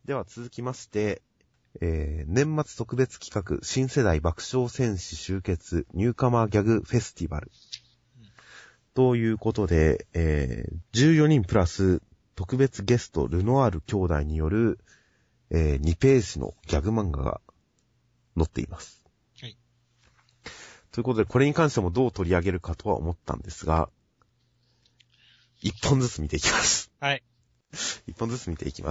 では続きまして、年末特別企画新世代爆笑戦士集結ニューカマーギャグフェスティバル、ということで、14人プラス特別ゲストルノアール兄弟による、2ページのギャグ漫画が載っています。 はい。 ということでこれに関してもどう取り上げるかとは思ったんですが、1本ずつ見ていきます。 はい。 1本ずつ見ていきます。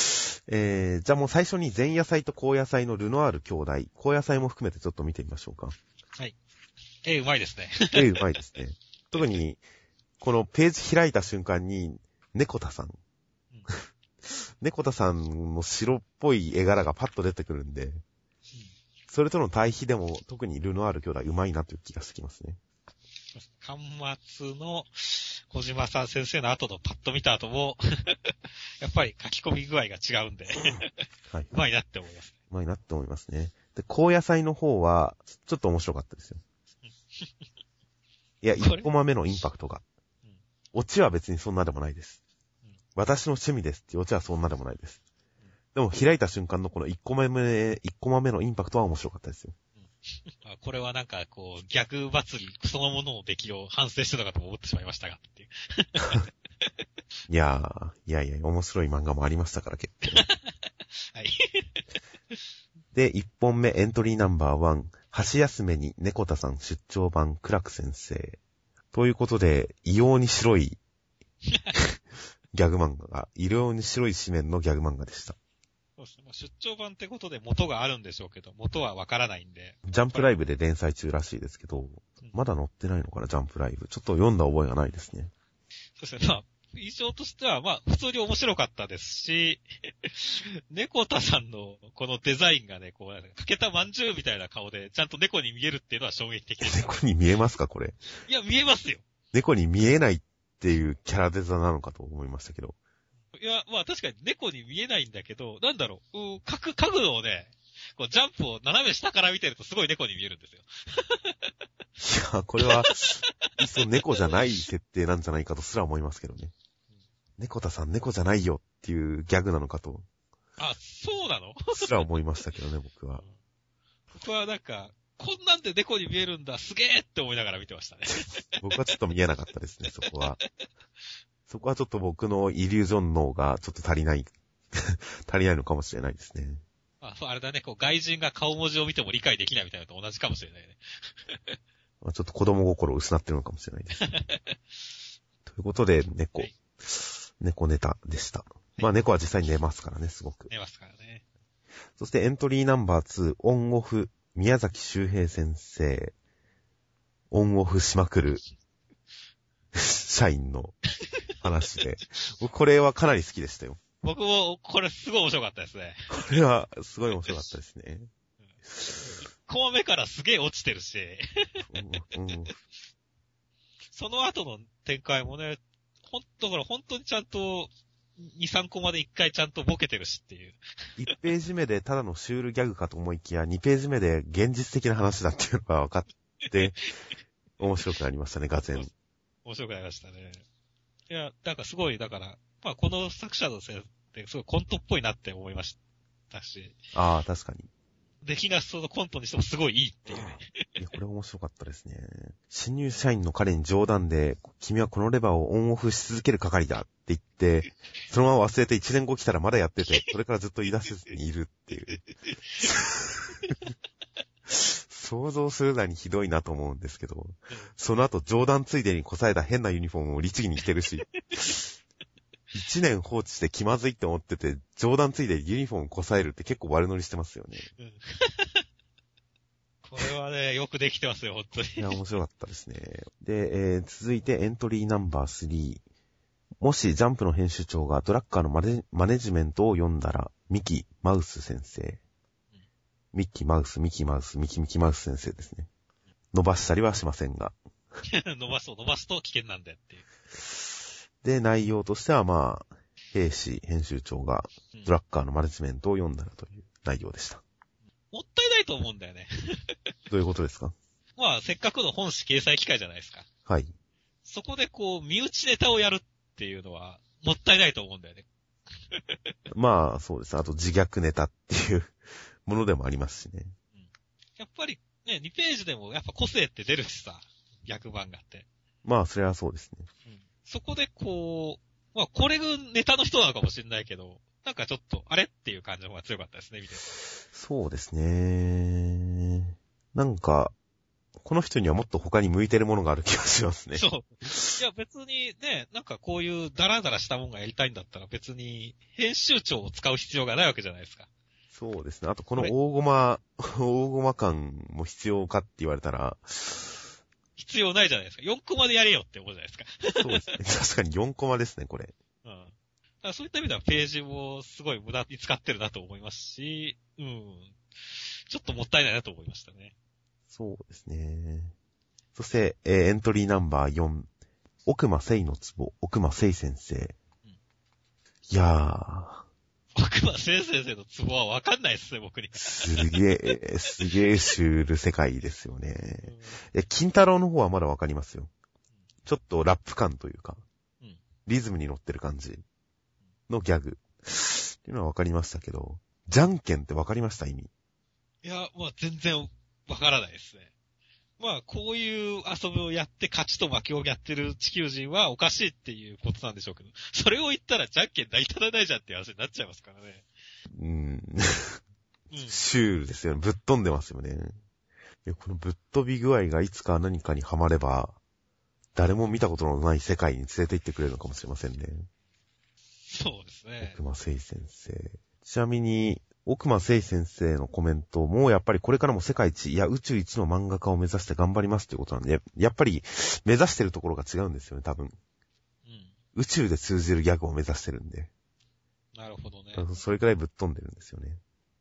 じゃあもう最初に前野菜と後野菜のルノアール兄弟、後野菜も含めてちょっと見てみましょうか。 はい。うまいですね。 うまいですね。特に、このページ開いた瞬間に、猫田さん。猫田さんの白っぽい絵柄がパッと出てくるんで、それとの対比でも特にルノアール兄弟うまいなという気がしてきますね。 巻末の小島さん先生の後のパッと見た後も、やっぱり書き込み具合が違うんで、はい、うまいなって思います。 うまいなって思いますね。で、高野菜の方は、ちょっと面白かったですよ。いや、1コマ目のインパクトが。オチは別にそんなでもないです。私の趣味ですっていうオチはそんなでもないです。でも開いた瞬間のこの1コマ目のインパクトは面白かったですよ。 これはなんかこう、逆祭りそのものの出来を反省してたかと思ってしまいましたがっていう。 いや、面白い漫画もありましたから結構。 はい。 で、1本目エントリーナンバー1、箸休めに猫田さん出張版クラク先生。ということで、異様に白いギャグ漫画が、異様に白い紙面のギャグ漫画でした。 そうですね。出張版ってことで元があるんでしょうけど、元はわからないんで。 ジャンプライブで連載中らしいですけど、まだ載ってないのかな、ジャンプライブ。ちょっと読んだ覚えがないですね。 そうですね。印象としては、普通に面白かったですし、猫田さんのこのデザインがね、こう、かけたまんじゅうみたいな顔で、ちゃんと猫に見えるっていうのは衝撃的です。 猫に見えますか、これ。 いや、見えますよ。 猫に見えないっていうキャラデザなのかと思いましたけど。 いや、確かに猫に見えないんだけど、なんだろう、角度をね、こうジャンプを斜め下から見てるとすごい猫に見えるんですよ。 いや、これは、いっそ猫じゃない設定なんじゃないかとすら思いますけどね。猫田さん猫じゃないよっていうギャグなのかと。 あ、そうなのすら思いましたけどね、僕は。 僕はなんか、こんなんで猫に見えるんだ、すげーって思いながら見てましたね。 僕はちょっと見えなかったですね、そこは。そこはちょっと僕のイリュージョン脳がちょっと足りないのかもしれないですね。 あれだね、こう外人が顔文字を見ても理解できないみたいなのと同じかもしれないね。 ちょっと子供心を失ってるのかもしれないです。ということで、猫。はい、猫ネタでした。猫は実際に寝ますからね、すごく。 寝ますからね。 そしてエントリーナンバー2、オンオフ、宮崎周平先生。オンオフしまくる、社員の話で。僕これはかなり好きでしたよ。 僕もこれすごい面白かったですね。 これはすごい面白かったですね。 1コマ目からすげえ落ちてるし。その後の展開もね、だから本当にちゃんと2、3コマで1回ちゃんとボケてるしっていう。 1ページ目でただのシュールギャグかと思いきや、2ページ目で現実的な話だっていうのが分かって、面白くなりましたね、がぜん。 面白くなりましたね。いや、なんかすごい、だから、この作者のせいってすごいコントっぽいなって思いましたし。 ああ、確かに。 出来がそのコントにしてもすごいいいっていうね。 いや、これ面白かったですね。新入社員の彼に冗談で、君はこのレバーをオンオフし続ける係だって言って、そのまま忘れて1年後来たらまだやってて、それからずっと言い出せずにいるっていう。想像するなにひどいなと思うんですけど、その後冗談ついでにこさえた変なユニフォームを律儀に着てるし、1年放置して気まずいって思ってて、冗談ついでユニフォームこさえるって結構悪乗りしてますよね。 これはね、よくできてますよ、本当に。 いや、面白かったですね。で、続いてエントリーナンバー3。もしジャンプの編集長がドラッカーのマネジメントを読んだら、ミキ・マウス先生。ミッキーマウス、ミキマウス、ミキミキマウス先生ですね。伸ばしたりはしませんが。 伸ばすと危険なんだよっていう。 で、内容としては兵士編集長がドラッカーのマネジメントを読んだらという内容でした。 もったいないと思うんだよね。 どういうことですか？ せっかくの本誌掲載機会じゃないですか。 はい。 そこで身内ネタをやるっていうのは、もったいないと思うんだよね。 まあ、そうです。あと自虐ネタっていうものでもありますしね。 うん、やっぱりね、2ページでもやっぱ個性って出るしさ、逆漫画って。 まあ、それはそうですね。 うん、そこでこう、まあこれがネタの人なのかもしれないけど、なんかちょっと、あれっていう感じの方が強かったですね、見て。 そうですね。なんか、この人にはもっと他に向いてるものがある気がしますね。 そう。いや別にね、なんかこういうダラダラしたもんがやりたいんだったら別に編集長を使う必要がないわけじゃないですか。 そうですね。あとこの大駒感も必要かって言われたら、 必要ないじゃないですか。4コマでやれよって思うじゃないですか。 そうですね。確かに4コマですね、これ。 うん。だからそういった意味ではページもすごい無駄に使ってるなと思いますし、うん。ちょっともったいないなと思いましたね。 そうですね。そして、エントリーナンバー4。奥間聖の壺、奥間聖先生。 うん、 いやー。 奥間聖先生のツボはわかんないですね、僕に。 すげえシュール世界ですよね。金太郎の方はまだわかりますよ。ちょっとラップ感というか、 うん、 リズムに乗ってる感じのギャグ。っていうのはわかりましたけど、じゃんけんってわかりました意味。 いや、まあ全然わからないですね。まあ、こういう遊びをやって勝ちと負けをやってる地球人はおかしいっていうことなんでしょうけど、それを言ったらじゃんけん成り立たないじゃんっていう話になっちゃいますからね。うん。 シュールですよね。ぶっ飛んでますよね。このぶっ飛び具合がいつか何かにはまれば、誰も見たことのない世界に連れて行ってくれるのかもしれませんね。 そうですね。 奥間聖先生。ちなみに、奥間聖先生のコメントもやっぱりこれからも世界一、いや宇宙一の漫画家を目指して頑張りますっていうことなんで、やっぱり目指してるところが違うんですよね、多分。うん。宇宙で通じるギャグを目指してるんで。 なるほどね。 それくらいぶっ飛んでるんですよね。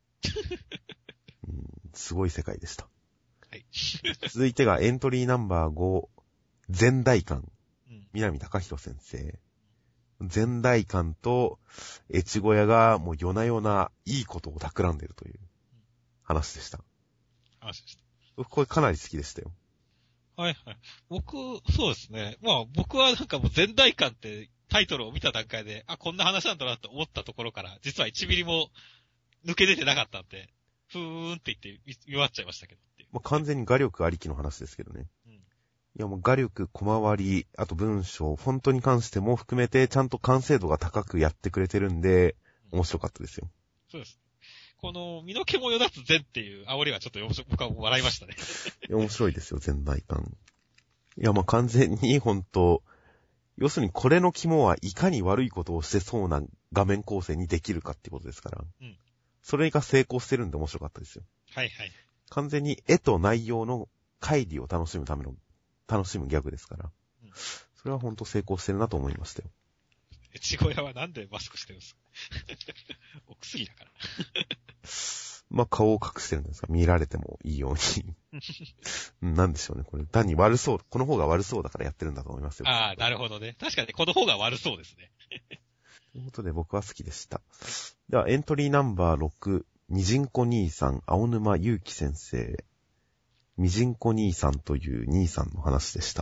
すごい世界でした。はい。続いてがエントリーナンバー5、前代官。南隆弘先生。前代官と越後屋がもう夜な夜ないいことを企んでるという話でした。 話でした。 僕これかなり好きでしたよ。 はいはい。僕、そうですね。まあ僕はなんかもう前代官ってタイトルを見た段階で、あ、こんな話なんだなと思ったところから、実は1ミリも抜け出てなかったんで、ふーんって言って見終わっちゃいましたけどっていう。 まあ、完全に画力ありきの話ですけどね。いやもう画力、小回り、あと文章、フォントに関しても含めてちゃんと完成度が高くやってくれてるんで、面白かったですよ。 そうです。この、身の毛もよだつ善っていう煽りはちょっと僕は笑いましたね。 いや、面白いですよ、全代官。いや、まあ、完全に本当要するにこれの肝はいかに悪いことをしてそうな画面構成にできるかってことですから。うん。それが成功してるんで面白かったですよ。 はいはい。 完全に絵と内容の乖離を楽しむための楽しむギャグですから。うん、それは本当成功してるなと思いましたよ。 越後屋はなんでマスクしてるんですかお薬だから。 まあ、顔を隠してるんですが、見られてもいいように。なんでしょうね。これ、単に悪そう、この方が悪そうだからやってるんだと思いますよ。 ああ、なるほどね。確かにこの方が悪そうですね。 ということで僕は好きでした。では、エントリーナンバー6、ミジンコ兄さん、青沼祐希先生。ミジンコ兄さんという兄さんの話でした。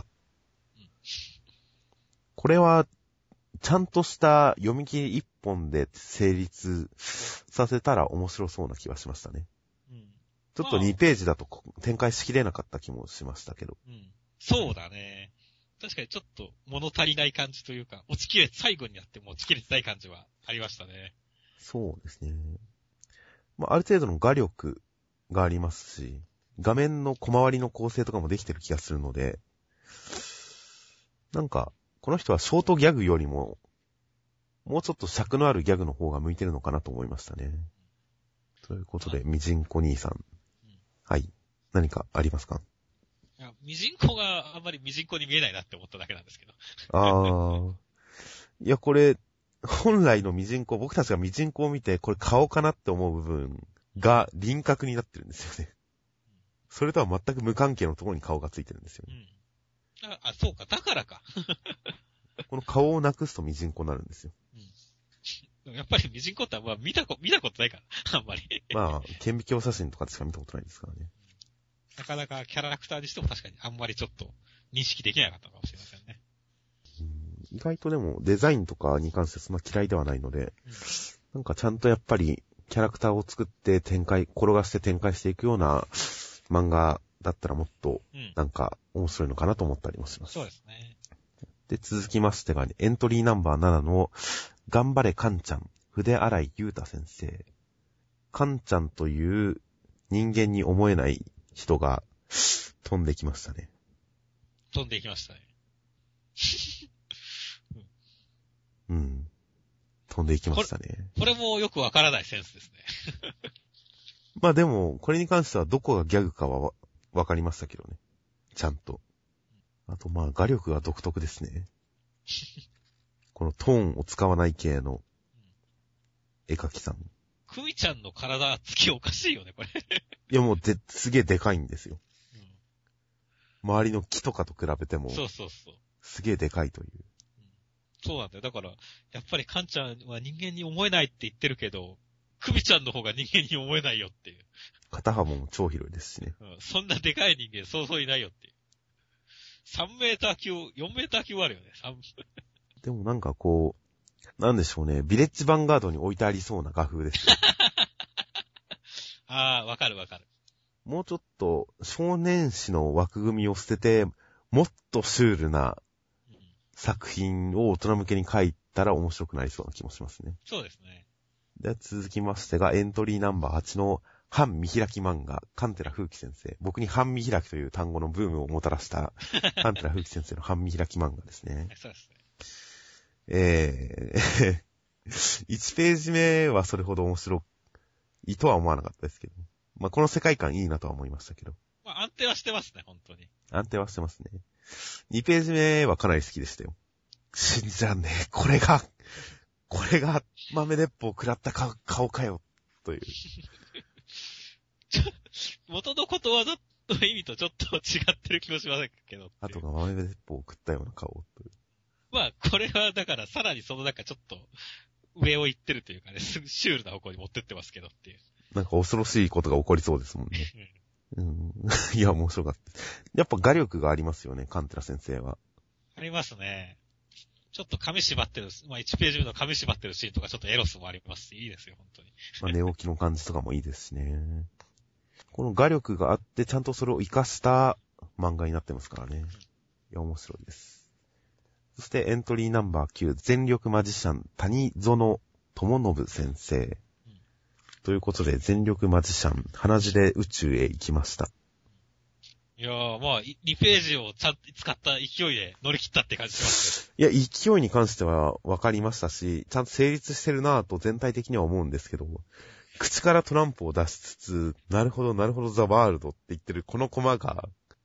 これは、ちゃんとした読み切り一本で成立させたら面白そうな気はしましたね。うん、ちょっと2ページだと展開しきれなかった気もしましたけど。 うん、そうだね。確かにちょっと物足りない感じというか、最後になっても落ちきれてない感じはありましたね。 そうですね。まあ、ある程度の画力がありますし、画面の小回りの構成とかもできてる気がするので、なんか、この人はショートギャグよりも、もうちょっと尺のあるギャグの方が向いてるのかなと思いましたね。ということで、ミジンコ兄さん。はい。何かありますか？ いや、ミジンコがあんまりミジンコに見えないなって思っただけなんですけど。 ああ。いや、これ、本来のミジンコ、僕たちがミジンコを見て、これ顔かなって思う部分が輪郭になってるんですよね。それとは全く無関係のところに顔がついてるんですよね。 あ、そうか、だからか。 この顔をなくすとミジンコになるんですよ。 やっぱりミジンコって見たことないから、あんまり。 まあ、顕微鏡写真とかでしか見たことないですからね。 なかなかキャラクターにしても確かにあんまりちょっと認識できなかったかもしれませんね。 意外とでもデザインとかに関してそんな嫌いではないので、なんかちゃんとやっぱりキャラクターを作って転がして展開していくような漫画だったらもっとなんか面白いのかなと思ったりもします。 そうですね。 で、続きましてが、エントリーナンバー7の頑張れカンちゃん、筆洗いゆうた先生。カンちゃんという人間に思えない人が飛んできましたね。 飛んでいきましたね。 うん。飛んでいきましたね。 これもよくわからないセンスですね。 まあでも、これに関してはどこがギャグかはわかりましたけどね。ちゃんと。あとまあ画力が独特ですね。このトーンを使わない系の絵描きさん。 クミちゃんの体つきおかしいよね、これ。 いやもうすげえでかいんですよ。周りの木とかと比べても。 そう。 すげえでかいという。 そうなんだよ。だから、やっぱりカンちゃんは人間に思えないって言ってるけど、クミちゃんの方が人間に思えないよっていう。 肩幅も超広いですしね。 そんなでかい人間そうそういないよっていう。3メーター級、4メーター級あるよね。 でもなんかこう、なんでしょうね。ビレッジヴァンガードに置いてありそうな画風です、ね。 ああ、わかる。 もうちょっと少年誌の枠組みを捨てて、もっとシュールな作品を大人向けに書いたら面白くなりそうな気もしますね。 そうですね。 では続きましてがエントリーナンバー8の半見開き漫画、カンテラ風紀先生。僕に半見開きという単語のブームをもたらしたカンテラ風紀先生の半見開き漫画ですね。 そうですね。 1ページ目はそれほど面白いとは思わなかったですけど。まあ、この世界観いいなとは思いましたけど。 まあ、安定はしてますね、本当に。 安定はしてますね。2ページ目はかなり好きでしたよ。信じらんねえ。これが豆鉄砲を食らった顔かよ。という。 元のことわざの意味とちょっと違ってる気もしませんけど。 あとが豆鉄砲を食ったような顔という。 まあ、これはだからさらにそのちょっと上を行ってるというかね、シュールな方向に持ってってますけどっていう。 なんか恐ろしいことが起こりそうですもんね。いや、面白かった。やっぱ画力がありますよね、カンテラ先生は。 ありますね。ちょっと紙縛ってる、まあ1ページ目の紙縛ってるシーンとかちょっとエロスもありますし、いいですよ、本当に。 まあ寝起きの感じとかもいいですしね。この画力があって、ちゃんとそれを活かした漫画になってますからね。いや、面白いです。そしてエントリーナンバー9、全力マジシャン、谷園智信先生。ということで、全力マジシャン、鼻血で宇宙へ行きました。 いやー、まあ、2ページをちゃんと使った勢いで乗り切ったって感じしますね。いや、勢いに関しては分かりましたし、ちゃんと成立してるなぁと全体的には思うんですけど、口からトランプを出しつつ、なるほど、ザ・ワールドって言ってるこのコマが、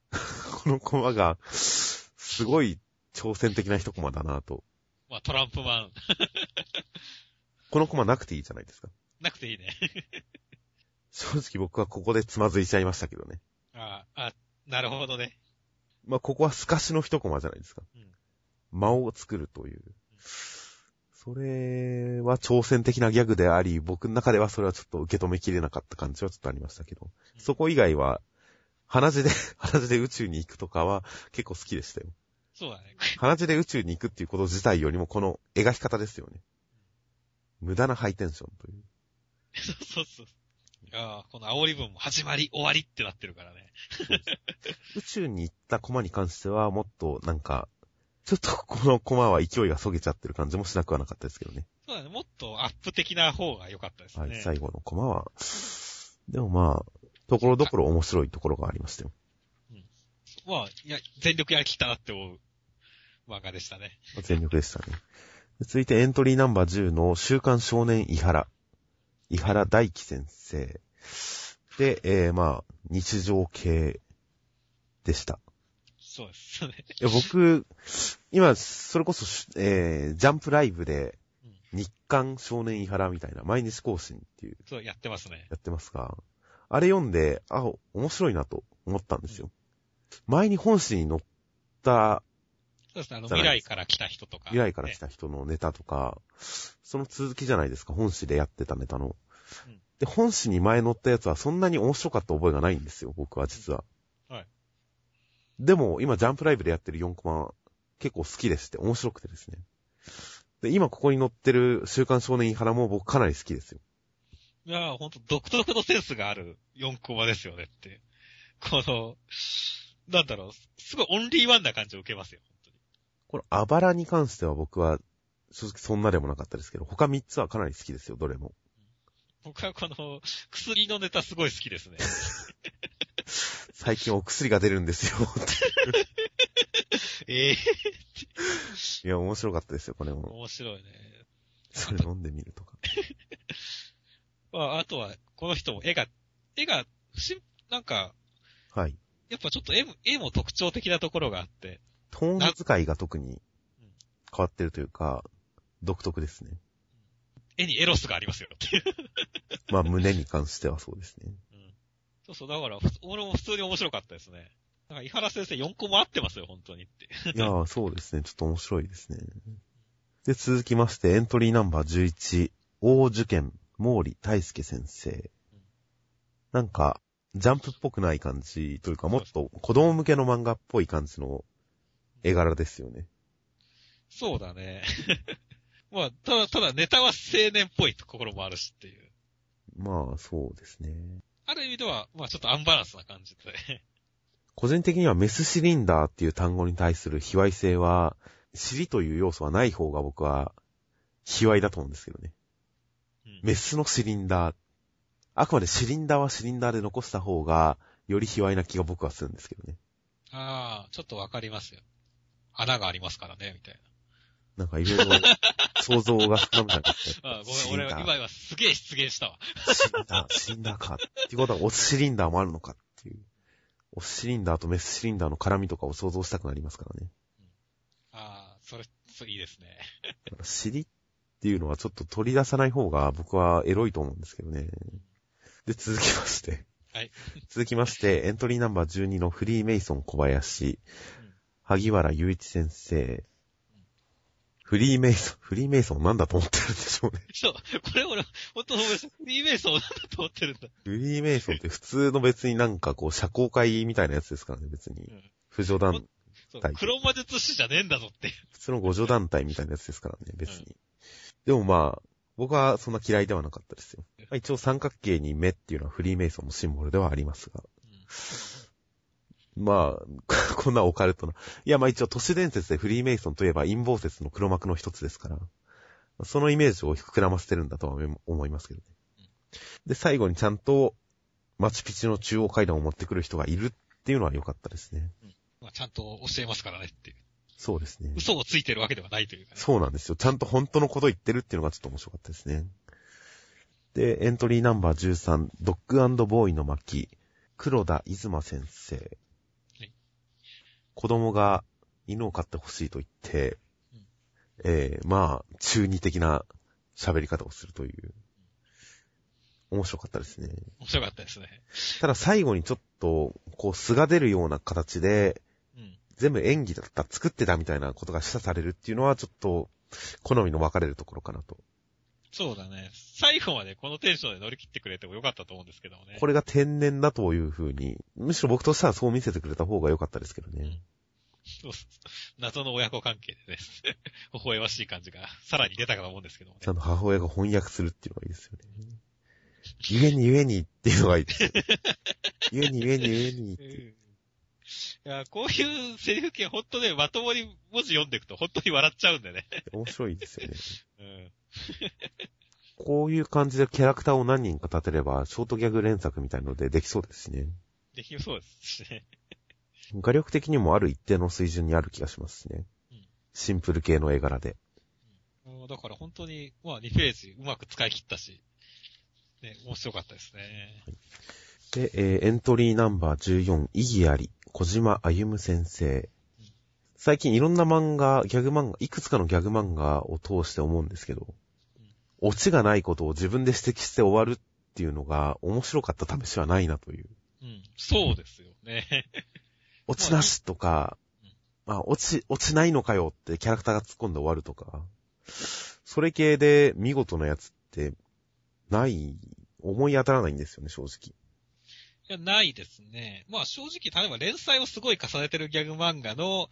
すごい挑戦的な一コマだなぁと。 まあ、トランプマン。 このコマなくていいじゃないですか。 なくていいね。 正直僕はここでつまずいちゃいましたけどね。 なるほどね。 まあ、ここは透かしの一コマじゃないですか。間を作るという。それは挑戦的なギャグであり、僕の中ではそれはちょっと受け止めきれなかった感じはちょっとありましたけど。そこ以外は、鼻血で宇宙に行くとかは結構好きでしたよ。 そうだね。 鼻血で宇宙に行くっていうこと自体よりもこの描き方ですよね。無駄なハイテンションという。 そう。この煽り文も始まり終わりってなってるからね。 宇宙に行ったコマに関してはもっとなんか、ちょっとこのコマは勢いがそげちゃってる感じもしなくはなかったですけどね。 そうだね。もっとアップ的な方が良かったですね。 はい、最後のコマは。でもまあ、ところどころ面白いところがありましたよ。 まあ、全力やりきったなって思う漫画でしたね。 全力でしたね。続いてエントリーナンバー10の週刊少年伊原大樹先生。で、まあ、日常系でした。 そうですね。 いや僕、今、それこそ、ジャンプライブで、日刊少年伊原みたいな、毎日更新っていう。 そう、やってますね。 やってますが、あれ読んで、面白いなと思ったんですよ。前に本誌に載った、 そうですね、未来から来た人とか。 未来から来た人のネタとか、その続きじゃないですか、本誌でやってたネタの。で、本誌に前載ったやつはそんなに面白かった覚えがないんですよ、僕は実は。 はい。 でも、今、ジャンプライブでやってる4コマ、 結構好きでして、面白くてですね。で、今ここに載ってる週刊少年井原も僕かなり好きですよ。 いやー、ほんと独特のセンスがある4コマですよねって。この、なんだろう、すごいオンリーワンな感じを受けますよ、本当に。 このあばらに関しては僕は正直そんなでもなかったですけど、他3つはかなり好きですよ、どれも。 僕はこの薬のネタすごい好きですね。 最近お薬が出るんですよ。 ええいや、面白かったですよ、これも。 面白いね。 それ飲んでみるとか。 まあ、あとは、この人も絵が、なんか、 はい。 やっぱちょっと絵も特徴的なところがあって。 トーン使いが特に変わってるというか、独特ですね。 絵にエロスがありますよっていう。 まあ、胸に関してはそうですね。 うん。そうそう、だから、俺も普通に面白かったですね。なんか、井原先生4個も合ってますよ、本当にって。 いやー、そうですね。ちょっと面白いですね。で、続きまして、エントリーナンバー11、大受験、毛利大輔先生。なんか、ジャンプっぽくない感じというか、もっと子供向けの漫画っぽい感じの絵柄ですよね。 そうだね。まあ、ただネタは青年っぽいところもあるしっていう。 まあ、そうですね。 ある意味では、まあちょっとアンバランスな感じで。 個人的にはメスシリンダーっていう単語に対する卑猥性は、尻という要素はない方が僕は卑猥だと思うんですけどね。 うん、 メスのシリンダー。あくまでシリンダーはシリンダーで残した方が、より卑猥な気が僕はするんですけどね。 ああ、ちょっとわかりますよ。穴がありますからね、みたいなんかいろいろ想像が膨らむじゃないですか。 な。ああ、ごめん、俺今すげえ失言したわ。 シリンダーか。っていうことはオスシリンダーもあるのかっていう。オスシリンダーとメスシリンダーの絡みとかを想像したくなりますからね。 ああ、それいいですね。 尻っていうのはちょっと取り出さない方が僕はエロいと思うんですけどね。で、続きまして。 はい。 続きまして、エントリーナンバー12のフリーメイソン小林、萩原雄一先生。フリーメイソンなんだと思ってるんでしょうね。 そう、これ俺、本当フリーメイソンなんだと思ってるんだ。 フリーメイソンって普通の別になんかこう社交会みたいなやつですからね、別に。不助団体。 黒魔術師じゃねえんだぞって。 普通の互助団体みたいなやつですからね、別に。でもまあ、僕はそんな嫌いではなかったですよ。一応三角形に目っていうのはフリーメイソンのシンボルではありますが。まあ、こんなオカルトな。いや、まあ一応都市伝説でフリーメイソンといえば陰謀説の黒幕の一つですから、そのイメージを膨らませてるんだとは思いますけどね。で、最後にちゃんとマチュピチュの中央階段を持ってくる人がいるっていうのは良かったですね。 まあ、ちゃんと教えますからねっていう。 そうですね。 嘘をついてるわけではないというかね。 そうなんですよ。ちゃんと本当のこと言ってるっていうのがちょっと面白かったですね。で、エントリーナンバー13、ドッグ&ボーイの巻、黒田出馬先生。はい、子供が犬を飼ってほしいと言って、まあ、中二的な喋り方をするという。面白かったですね。 面白かったですね。 ただ最後にちょっと、こう、素が出るような形で、全部演技だった、作ってたみたいなことが示唆されるっていうのはちょっと、好みの分かれるところかなと。 そうだね。最後までこのテンションで乗り切ってくれてもよかったと思うんですけどもね。 これが天然だという風に、むしろ僕としてはそう見せてくれた方が良かったですけどね。 そう謎の親子関係でね、微笑ましい感じがさらに出たかと思うんですけどもね。 ちゃんと母親が翻訳するっていうのがいいですよね。ゆえにっていうのがいいですよ。ゆえにっていう。 いや、こういうセリフ系ほんとね、まともに文字読んでいくとほんとに笑っちゃうんでね。 面白いですよね。 うんこういう感じでキャラクターを何人か立てれば、ショートギャグ連作みたいのでできそうですしね。 できそうですしね。 画力的にもある一定の水準にある気がしますしね。シンプル系の絵柄で。 だから本当に、まあ2フェーズうまく使い切ったし、ね、面白かったですね。 はい、で、エントリーナンバー14、意義あり、小島歩先生。最近いろんな漫画、ギャグ漫画、いくつかのギャグ漫画を通して思うんですけど、オチがないことを自分で指摘して終わるっていうのが面白かった試しはないなという。 そうですよね。 オチなしとか、まあ、オチないのかよってキャラクターが突っ込んで終わるとか、それ系で見事なやつってない、思い当たらないんですよね、正直。 いや、ないですね。まあ正直、例えば連載をすごい重ねてるギャグ漫画の、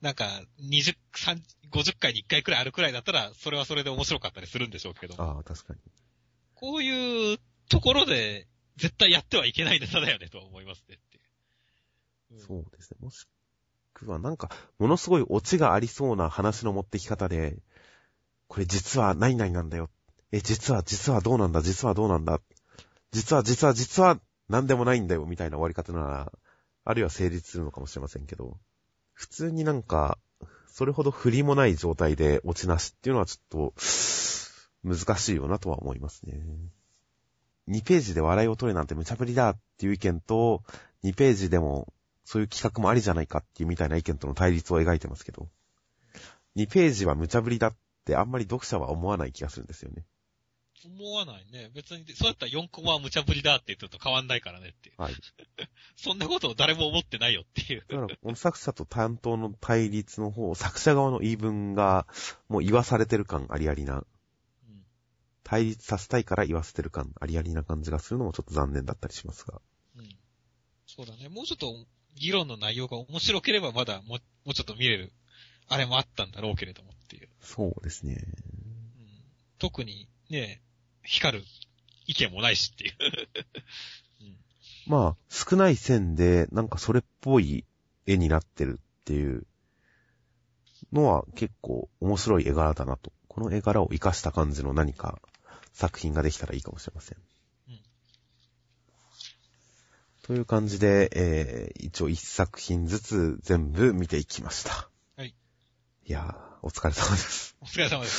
なんか、50回に1回くらいあるくらいだったら、それはそれで面白かったりするんでしょうけど。 ああ、確かに。 こういうところで、絶対やってはいけないネタだよね、と思いますねって。 そうですね。もしくはなんか、ものすごいオチがありそうな話の持ってき方で、これ実は何々なんだよ。実はどうなんだ、実はどうなんだ。実は何でもないんだよ、みたいな終わり方なら、あるいは成立するのかもしれませんけど、普通になんか、それほど振りもない状態でオチなしっていうのはちょっと、難しいよなとは思いますね。2ページで笑いを取れなんて無茶ぶりだっていう意見と、2ページでもそういう企画もありじゃないかっていうみたいな意見との対立を描いてますけど、2ページは無茶ぶりだってあんまり読者は思わない気がするんですよね。 思わないね。別に、そうやったら4コマは無茶ぶりだって言ってると変わんないからねっていう。 はい。 そんなことを誰も思ってないよっていう。 だから、この作者と担当の対立の方、作者側の言い分が、もう言わされてる感ありありな、対立させたいから言わせてる感ありありな感じがするのもちょっと残念だったりしますが。 そうだね。もうちょっと議論の内容が面白ければまだもうちょっと見れる、あれもあったんだろうけれどもっていう。 そうですね。 特にね、光る意見もないしっていう。 まあ、少ない線で、なんかそれっぽい絵になってるっていうのは結構面白い絵柄だなと。この絵柄を活かした感じの何か作品ができたらいいかもしれません。という感じで、一応一作品ずつ全部見ていきました。 はい。 いやー、お疲れ様です。 お疲れ様です。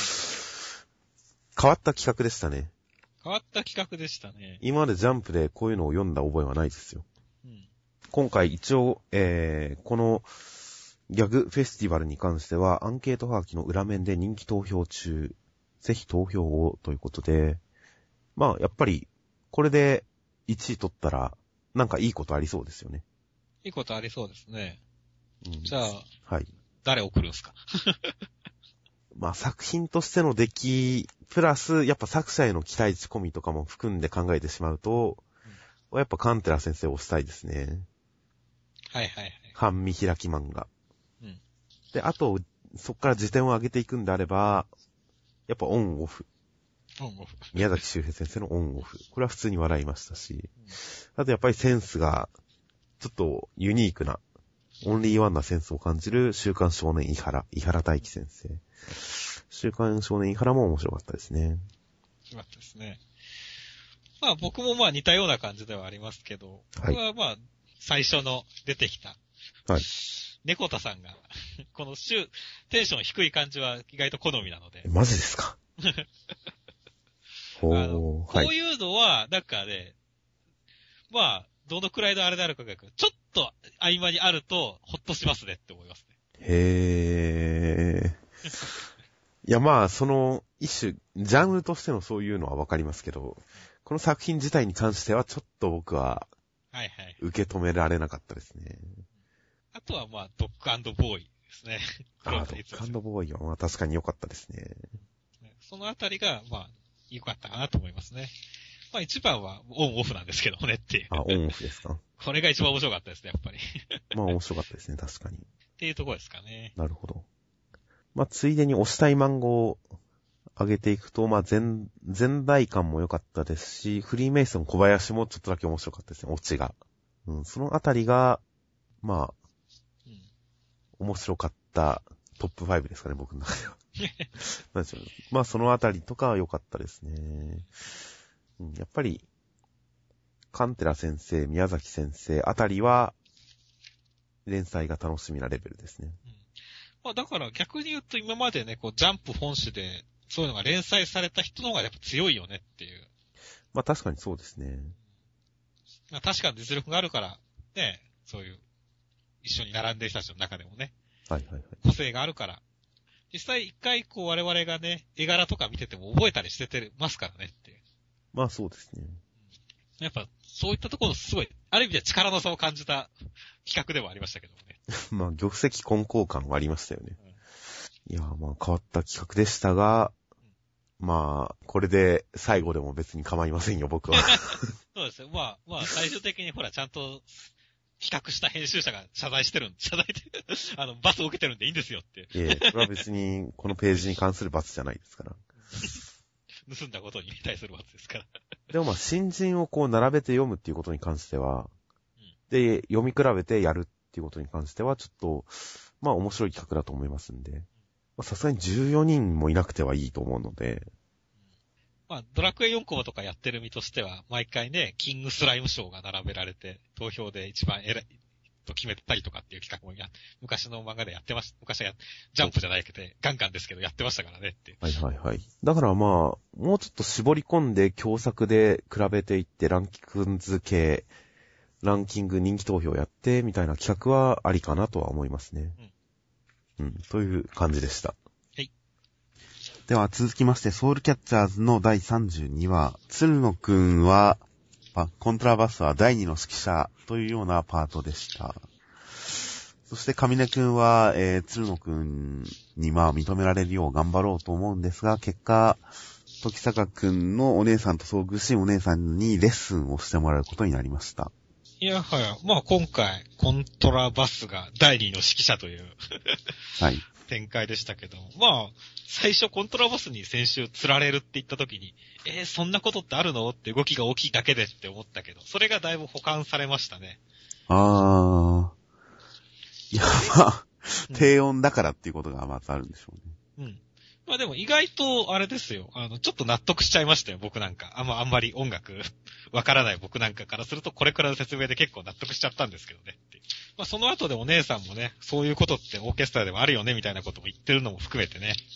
変わった企画でしたね。 変わった企画でしたね。 今までジャンプでこういうのを読んだ覚えはないですよ。今回一応、このギャグフェスティバルに関してはアンケートはがきの裏面で人気投票中。ぜひ投票をということで、まあやっぱりこれで1位取ったらなんかいいことありそうですよね。 いいことありそうですね。じゃあ、 はい。 誰送るんすかまあ作品としての出来、プラスやっぱ作者への期待値込みとかも含んで考えてしまうと、やっぱカンテラ先生を推したいですね。 はいはいはい。 半見開き漫画。で、あと、そっから時点を上げていくんであれば、やっぱオンオフ。宮崎周平先生のオンオフ。これは普通に笑いましたし、あとやっぱりセンスが、ちょっとユニークな、オンリーワンなセンスを感じる週刊少年伊原大輝先生。週刊少年伊原も面白かったですね。 面白かったですね。まあ僕もまあ似たような感じではありますけど、これはまあ最初の出てきた、はい。猫田さんが、このテンション低い感じは意外と好みなので。 マジですかこういうのは、なんかね、まあ、どのくらいのあれであるかが、ちょっと合間にあると、ほっとしますねって思いますね。 へー。いやまあ、その一種、ジャンルとしてのそういうのはわかりますけど、この作品自体に関してはちょっと僕は、受け止められなかったですね。 あとはまあ、ドッグ&ボーイですね。 ドッグ&ボーイはまあ確かに良かったですね。 そのあたりが、まあ、良かったかなと思いますね。まあ一番はオンオフなんですけどねっていう。 あ、オンオフですか。 これが一番面白かったですね、やっぱり。 まあ面白かったですね、確かに。 っていうところですかね。 なるほど。まあついでに推したい漫画を上げていくと、まあ前代感も良かったですし、フリーメイソン小林もちょっとだけ面白かったですね、オチが。そのあたりが、まあ、面白かったトップ5ですかね、僕の中では。なんでしょう。まあそのあたりとかは良かったですね。やっぱり、カンテラ先生、宮崎先生あたりは、連載が楽しみなレベルですね。 まあだから逆に言うと今までね、こうジャンプ本誌で、そういうのが連載された人の方がやっぱ強いよねっていう。 まあ確かにそうですね。 まあ確かに実力があるから、ね、そういう、一緒に並んでる人たちの中でもね。個性があるから。実際一回こう我々がね、絵柄とか見てても覚えたりしてますからねっていう。 まあそうですね。 やっぱそういったところすごい、ある意味では力の差を感じた企画ではありましたけどもね。 まあ玉石混交感はありましたよね。いやまあ変わった企画でしたが、まあこれで最後でも別に構いませんよ僕は。 そうですよ。まあ最終的にほらちゃんと画した編集者が謝罪で、罰を受けてるんでいいんですよって。 それは別に、このページに関する罰じゃないですから。 盗んだことに対する罰ですから。 でも新人をこう並べて読むっていうことに関しては、で、読み比べてやるっていうことに関しては、ちょっと、面白い企画だと思いますんで、さすがに14人もいなくてはいいと思うので、 ドラクエ4コマとかやってる身としては、毎回ね、キングスライム賞が並べられて、投票で一番偉いと決めたりとかっていう企画も昔の漫画でやってました。昔はジャンプじゃないけど、ガンガンですけどやってましたからねって。 はい。だからもうちょっと絞り込んで共作で比べていってランキング系、ランキング人気投票やってみたいな企画はありかなとは思いますね。という感じでした。では続きまして、ソウルキャッチャーズの第32話、鶴野くんは、コントラバスは第2の指揮者というようなパートでした。そして上根くんは、鶴野くんに認められるよう頑張ろうと思うんですが、結果、時坂くんのお姉さんと遭遇し、お姉さんにレッスンをしてもらうことになりました。 いやはや、今回、コントラバスが第2の指揮者という、はい。展開でしたけど、最初コントラバスに先週釣られるって言った時に、そんなことってあるのって動きが大きいだけでって思ったけど、それがだいぶ補完されましたね。 いや、低音だからっていうことがまずあるんでしょうね。 でも意外とあれですよ。ちょっと納得しちゃいましたよ、僕なんか。あんまり音楽わからない僕なんかからすると、これくらいの説明で結構納得しちゃったんですけどね。その後でお姉さんもね、そういうことってオーケストラでもあるよね、みたいなことも言ってるのも含めてね。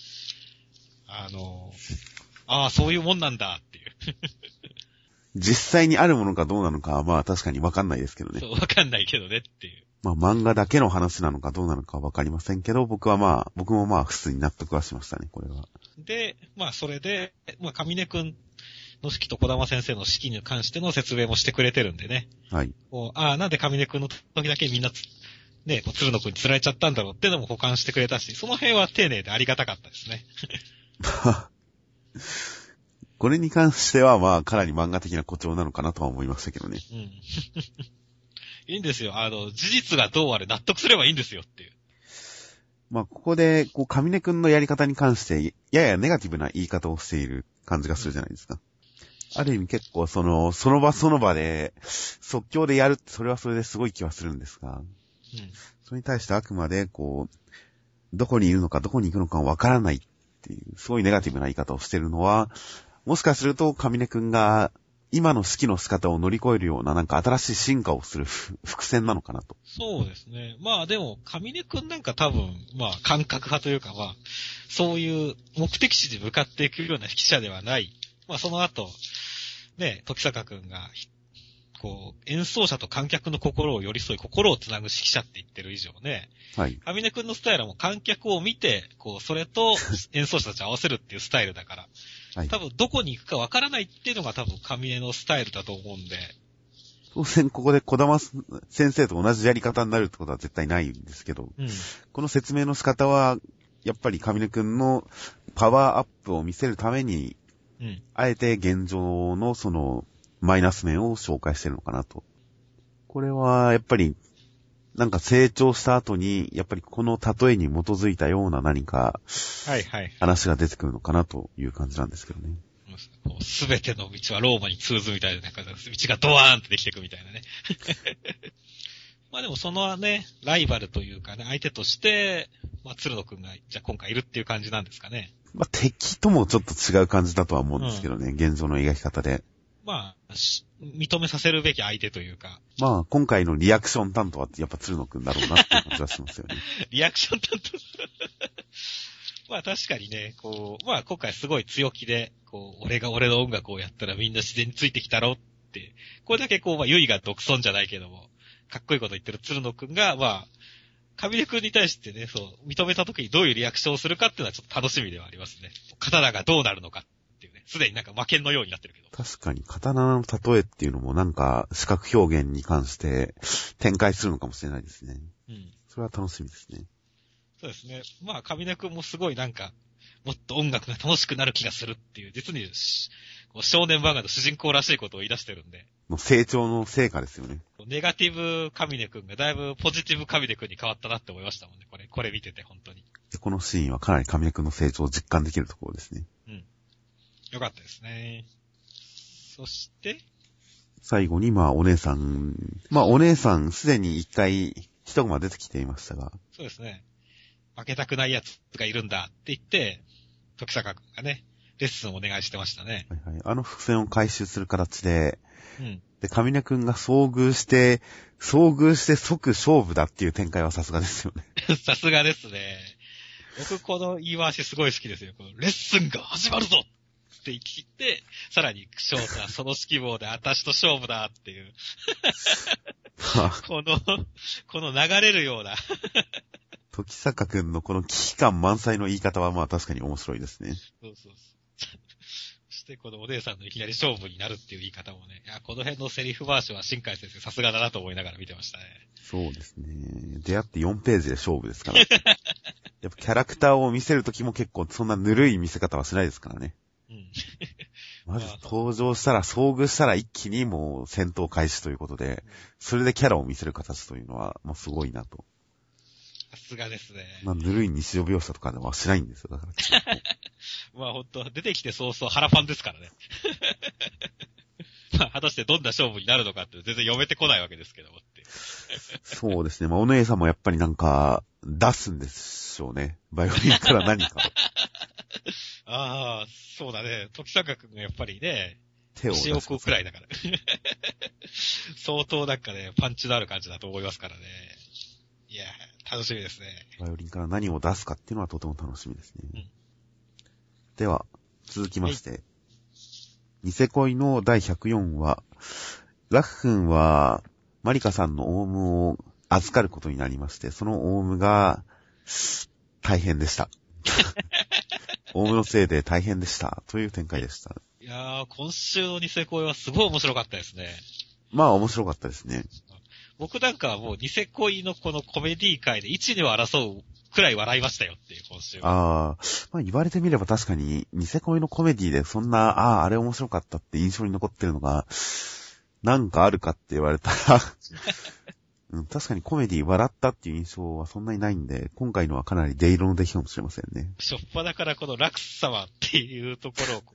そういうもんなんだっていう。 実際にあるものかどうなのかは確かにわかんないですけどね。 そう、わかんないけどねっていう。 漫画だけの話なのかどうなのかわかりませんけど、僕も普通に納得はしましたね、これは。 で、それで、上根くんの式と小玉先生の式に関しての説明もしてくれてるんでね。 はい。 なんで上根くんの時だけみんなね、鶴野くんに釣られちゃったんだろうっていうのも補完してくれたし、その辺は丁寧でありがたかったですね。 これに関してはかなり漫画的な誇張なのかなとは思いましたけどね。 いいんですよ。事実がどうあれ納得すればいいんですよっていう。 ここで、上根くんのやり方に関して、ややネガティブな言い方をしている感じがするじゃないですか。ある意味結構その場その場で、即興でやるって、それはそれですごい気はするんですが、それに対してあくまで、どこにいるのかどこに行くのかわからないっていう、すごいネガティブな言い方をしているのは、もしかすると上根くんが、今の式の仕方を乗り越えるような新しい進化をする伏線なのかなと。 そうですね。でも、上根くんなんか多分、感覚派というかそういう目的地に向かっていくような指揮者ではない。その後、ね、時坂くんが、演奏者と観客の心を寄り添い、心をつなぐ指揮者って言ってる以上ね。 はい。 上根くんのスタイルはもう観客を見て、それと演奏者たちを合わせるっていうスタイルだから。はい、多分どこに行くかわからないっていうのが多分上根のスタイルだと思うんで。 当然ここで小玉先生と同じやり方になるってことは絶対ないんですけど、この説明の仕方は、やっぱり上根くんのパワーアップを見せるために、あえて現状のそのマイナス面を紹介してるのかなと。これはやっぱり成長した後に、やっぱりこの例えに基づいたような何か、話が出てくるのかなという感じなんですけどね。 すべての道はローマに通ずみたいな、道がドワーンってできていくみたいなね。でもそのね、ライバルというかね、相手として、鶴野くんが、じゃあ今回いるっていう感じなんですかね。 敵ともちょっと違う感じだとは思うんですけどね、現状の描き方で。 認めさせるべき相手というか。 今回のリアクション担当はやっぱ鶴野くんだろうなっていう感じはしますよね。 リアクション担当確かにね、今回すごい強気で、俺が俺の音楽をやったらみんな自然についてきたろって、これだけゆいが独尊じゃないけども、かっこいいこと言ってる鶴野くんが、上根くんに対してね、認めた時にどういうリアクションをするかっていうのはちょっと楽しみではありますね。刀がどうなるのかっていうね、すでに負けんのようになってるけど。 確かに、刀の例えっていうのも視覚表現に関して展開するのかもしれないですね。それは楽しみですね。 そうですね。上根くんもすごいもっと音楽が楽しくなる気がするっていう、実に、少年漫画の主人公らしいことを言い出してるんで。 の成長の成果ですよね。 ネガティブ神根くんがだいぶポジティブ神根くんに変わったなって思いましたもんね。これ見てて本当に。 で、このシーンはかなり神根くんの成長を実感できるところですね。 うん。よかったですね。そして、 最後にお姉さんすでに一回一コマ出てきていましたが。 そうですね。負けたくないやつがいるんだって言って、時坂くんがね、レッスンをお願いしてましたね。 はいはい。あの伏線を回収する形で、 うん。 で、神根くんが遭遇して即勝負だっていう展開はさすがですよね。 さすがですね。僕この言い回しすごい好きですよ。このレッスンが始まるぞって言い切って、さらに翔太、その指揮棒で私と勝負だっていう。この流れるような。 時坂くんのこの危機感満載の言い方は確かに面白いですね。 そう。そしてこのお姉さんのいきなり勝負になるっていう言い方もね、いや、この辺のセリフ回しは新海先生さすがだなと思いながら見てましたね。 そうですね。出会って4ページで勝負ですから。やっぱキャラクターを見せるときも結構そんなぬるい見せ方はしないですからね。 うん。 まず登場したら、遭遇したら一気にもう戦闘開始ということで、それでキャラを見せる形というのは、すごいなと。 さすがですね。 ぬるい日常描写とかではしないんですよ、だから。 ほんと、出てきて早々腹パンですからね。果たしてどんな勝負になるのかって全然読めてこないわけですけどもって。 そうですね。お姉さんもやっぱり出すんでしょうね。バイオリンから何かを。 ああ、そうだね。時坂くんがやっぱりね、 手を出します。 塩くくらいだから。相当パンチのある感じだと思いますからね。いや、楽しみですね。 バイオリンから何を出すかっていうのはとても楽しみですね。 うん、 では、続きまして。ニセ恋の第104話、ラフ君は、マリカさんのオウムを預かることになりまして、そのオウムが、大変でした。オウムのせいで大変でした。という展開でした。 いやー、今週のニセ恋はすごい面白かったですね。 面白かったですね。 僕なんかはもうニセ恋のこのコメディ界で1、2を争うくらい笑いましたよっていう今週は。 言われてみれば確かに、ニセ恋のコメディでそんな、あれ面白かったって印象に残ってるのが、なんかあるかって言われたら、うん、確かにコメディ笑ったっていう印象はそんなにないんで、今回のはかなり出色の出来かもしれませんね。 しょっぱだからこの楽様っていうところを、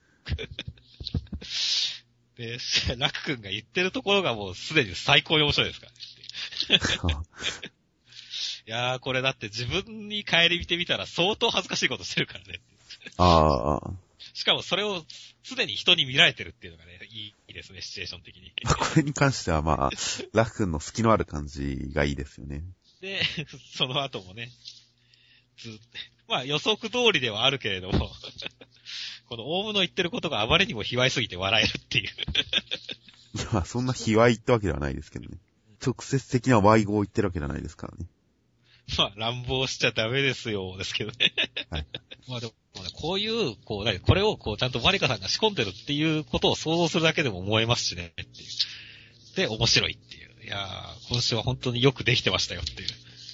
で、楽くんが言ってるところがもうすでに最高に面白いですからね。いやー、これだって自分に帰り見てみたら相当恥ずかしいことしてるからね。しかもそれを常に人に見られてるっていうのがね、いいですね、シチュエーション的に。 これに関してはラフ君の隙のある感じがいいですよね。 で、その後もね、予測通りではあるけれども、このオウムの言ってることがあまりにも卑猥すぎて笑えるっていう。 いや、そんな卑猥ってわけではないですけどね。直接的な賄賂を言ってるわけじゃないですからね。 乱暴しちゃダメですよ、ですけどね。 はい。 でもね、こういう、これをちゃんとマリカさんが仕込んでるっていうことを想像するだけでも思えますしね、っていう。で、面白いっていう。いやー、今週は本当によくできてましたよっていう。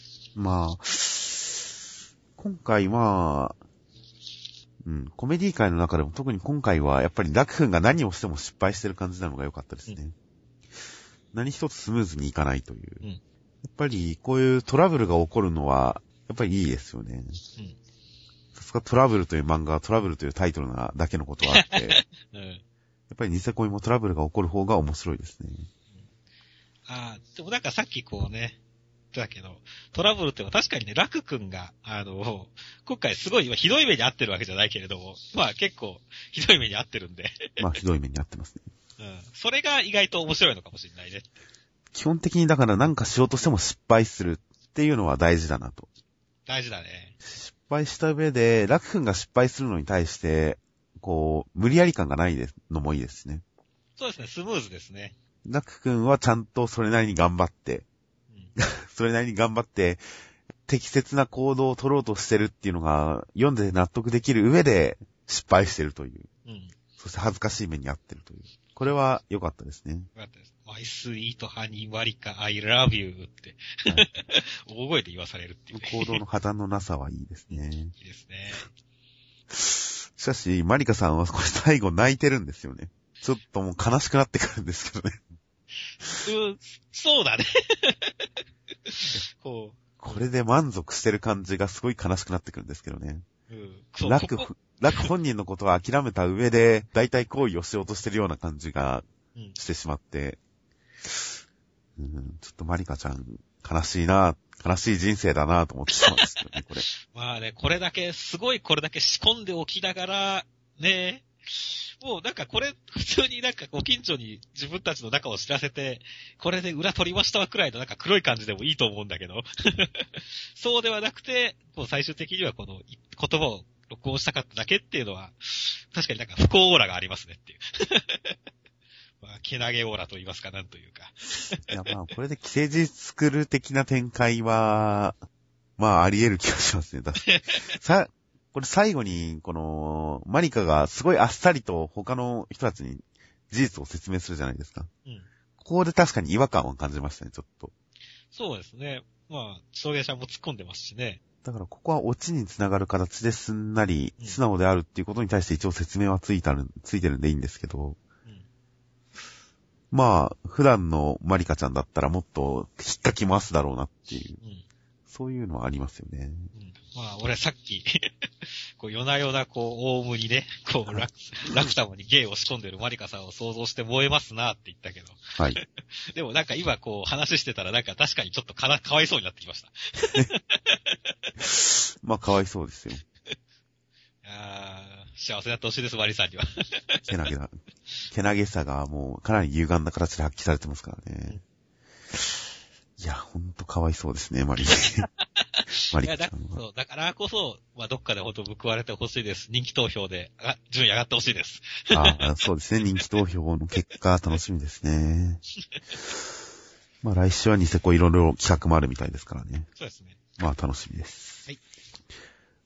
今回コメディ界の中でも特に今回はやっぱりラク君が何をしても失敗してる感じなのが良かったですね。何一つスムーズにいかないという。やっぱりこういうトラブルが起こるのはやっぱりいいですよね。さすがトラブルという漫画はトラブルというタイトルなだけのことはあって、やっぱりニセ恋もトラブルが起こる方が面白いですね。 でもなんかさっきだけど、トラブルってのは確かにね、ラク君が、今回すごいひどい目に遭ってるわけじゃないけれども、結構ひどい目に遭ってるんで。 ひどい目に遭ってますね。 それが意外と面白いのかもしれないね。 基本的にだからなんかしようとしても失敗するっていうのは大事だなと。 大事だね。 失敗した上で、ラク君が失敗するのに対して、無理やり感がないのもいいですね。 そうですね、スムーズですね。 ラク君はちゃんとそれなりに頑張って、適切な行動を取ろうとしてるっていうのが、読んで納得できる上で失敗してるという。そして恥ずかしい目に遭ってるという。これは良かったですね。 良かったです。My sweet honey マリカ I love you って、はい、大声で言わされるっていう、ね。 行動の破綻のなさはいいですね。いいですね。 しかし、マリカさんはこれ最後泣いてるんですよね。ちょっともう悲しくなってくるんですけどね。 そうだね。これで満足してる感じがすごい悲しくなってくるんですけどね。ラク本人のことは諦めた上で、だいたい行為をしようとしてるような感じがしてしまって、ちょっとマリカちゃん、悲しい人生だなと思ってしまうんですけどね、これ。 まあね、これだけ仕込んでおきながら、ね、もうなんかこれ、普通になんかご近所に自分たちの中を知らせて、これで裏取りましたわくらいのなんか黒い感じでもいいと思うんだけど、そうではなくて、こう最終的にはこの言葉を録音したかっただけっていうのは、確かになんか不幸オーラがありますねっていう。まあ、けなげオーラと言いますか、なんというか。 いや、まあ、これで既成事実作る的な展開は、まあ、あり得る気がしますね。これ最後に、この、マリカがすごいあっさりと他の人たちに事実を説明するじゃないですか。ここで確かに違和感を感じましたね、ちょっと。 そうですね。まあ、証言者も突っ込んでますしね。 だからここはオチにつながる形ですんなり、素直であるっていうことに対して一応説明はついてるんでいいんですけど、まあ、普段のマリカちゃんだったらもっと引っかき回すだろうなっていう、そういうのはありますよね。 まあ、俺さっき、こう夜な夜なオウムにね、ラクタマに芸を仕込んでるマリカさんを想像して燃えますなって言ったけど。 はい。 でもなんか今話してたらなんか確かにちょっとかわいそうになってきました。 まあ、かわいそうですよ。 幸せになってほしいです、マリさんには。 けなげさがもうかなり歪んだ形で発揮されてますからね。いや、ほんとかわいそうですね、マリカちゃんは。 だからこそ、まあ、どっかでほんと報われてほしいです。人気投票で順位上がってほしいです。 そうですね、人気投票の結果楽しみですね。まあ来週はニセコいろいろ企画もあるみたいですからね。 そうですね。 まあ楽しみです。 はい。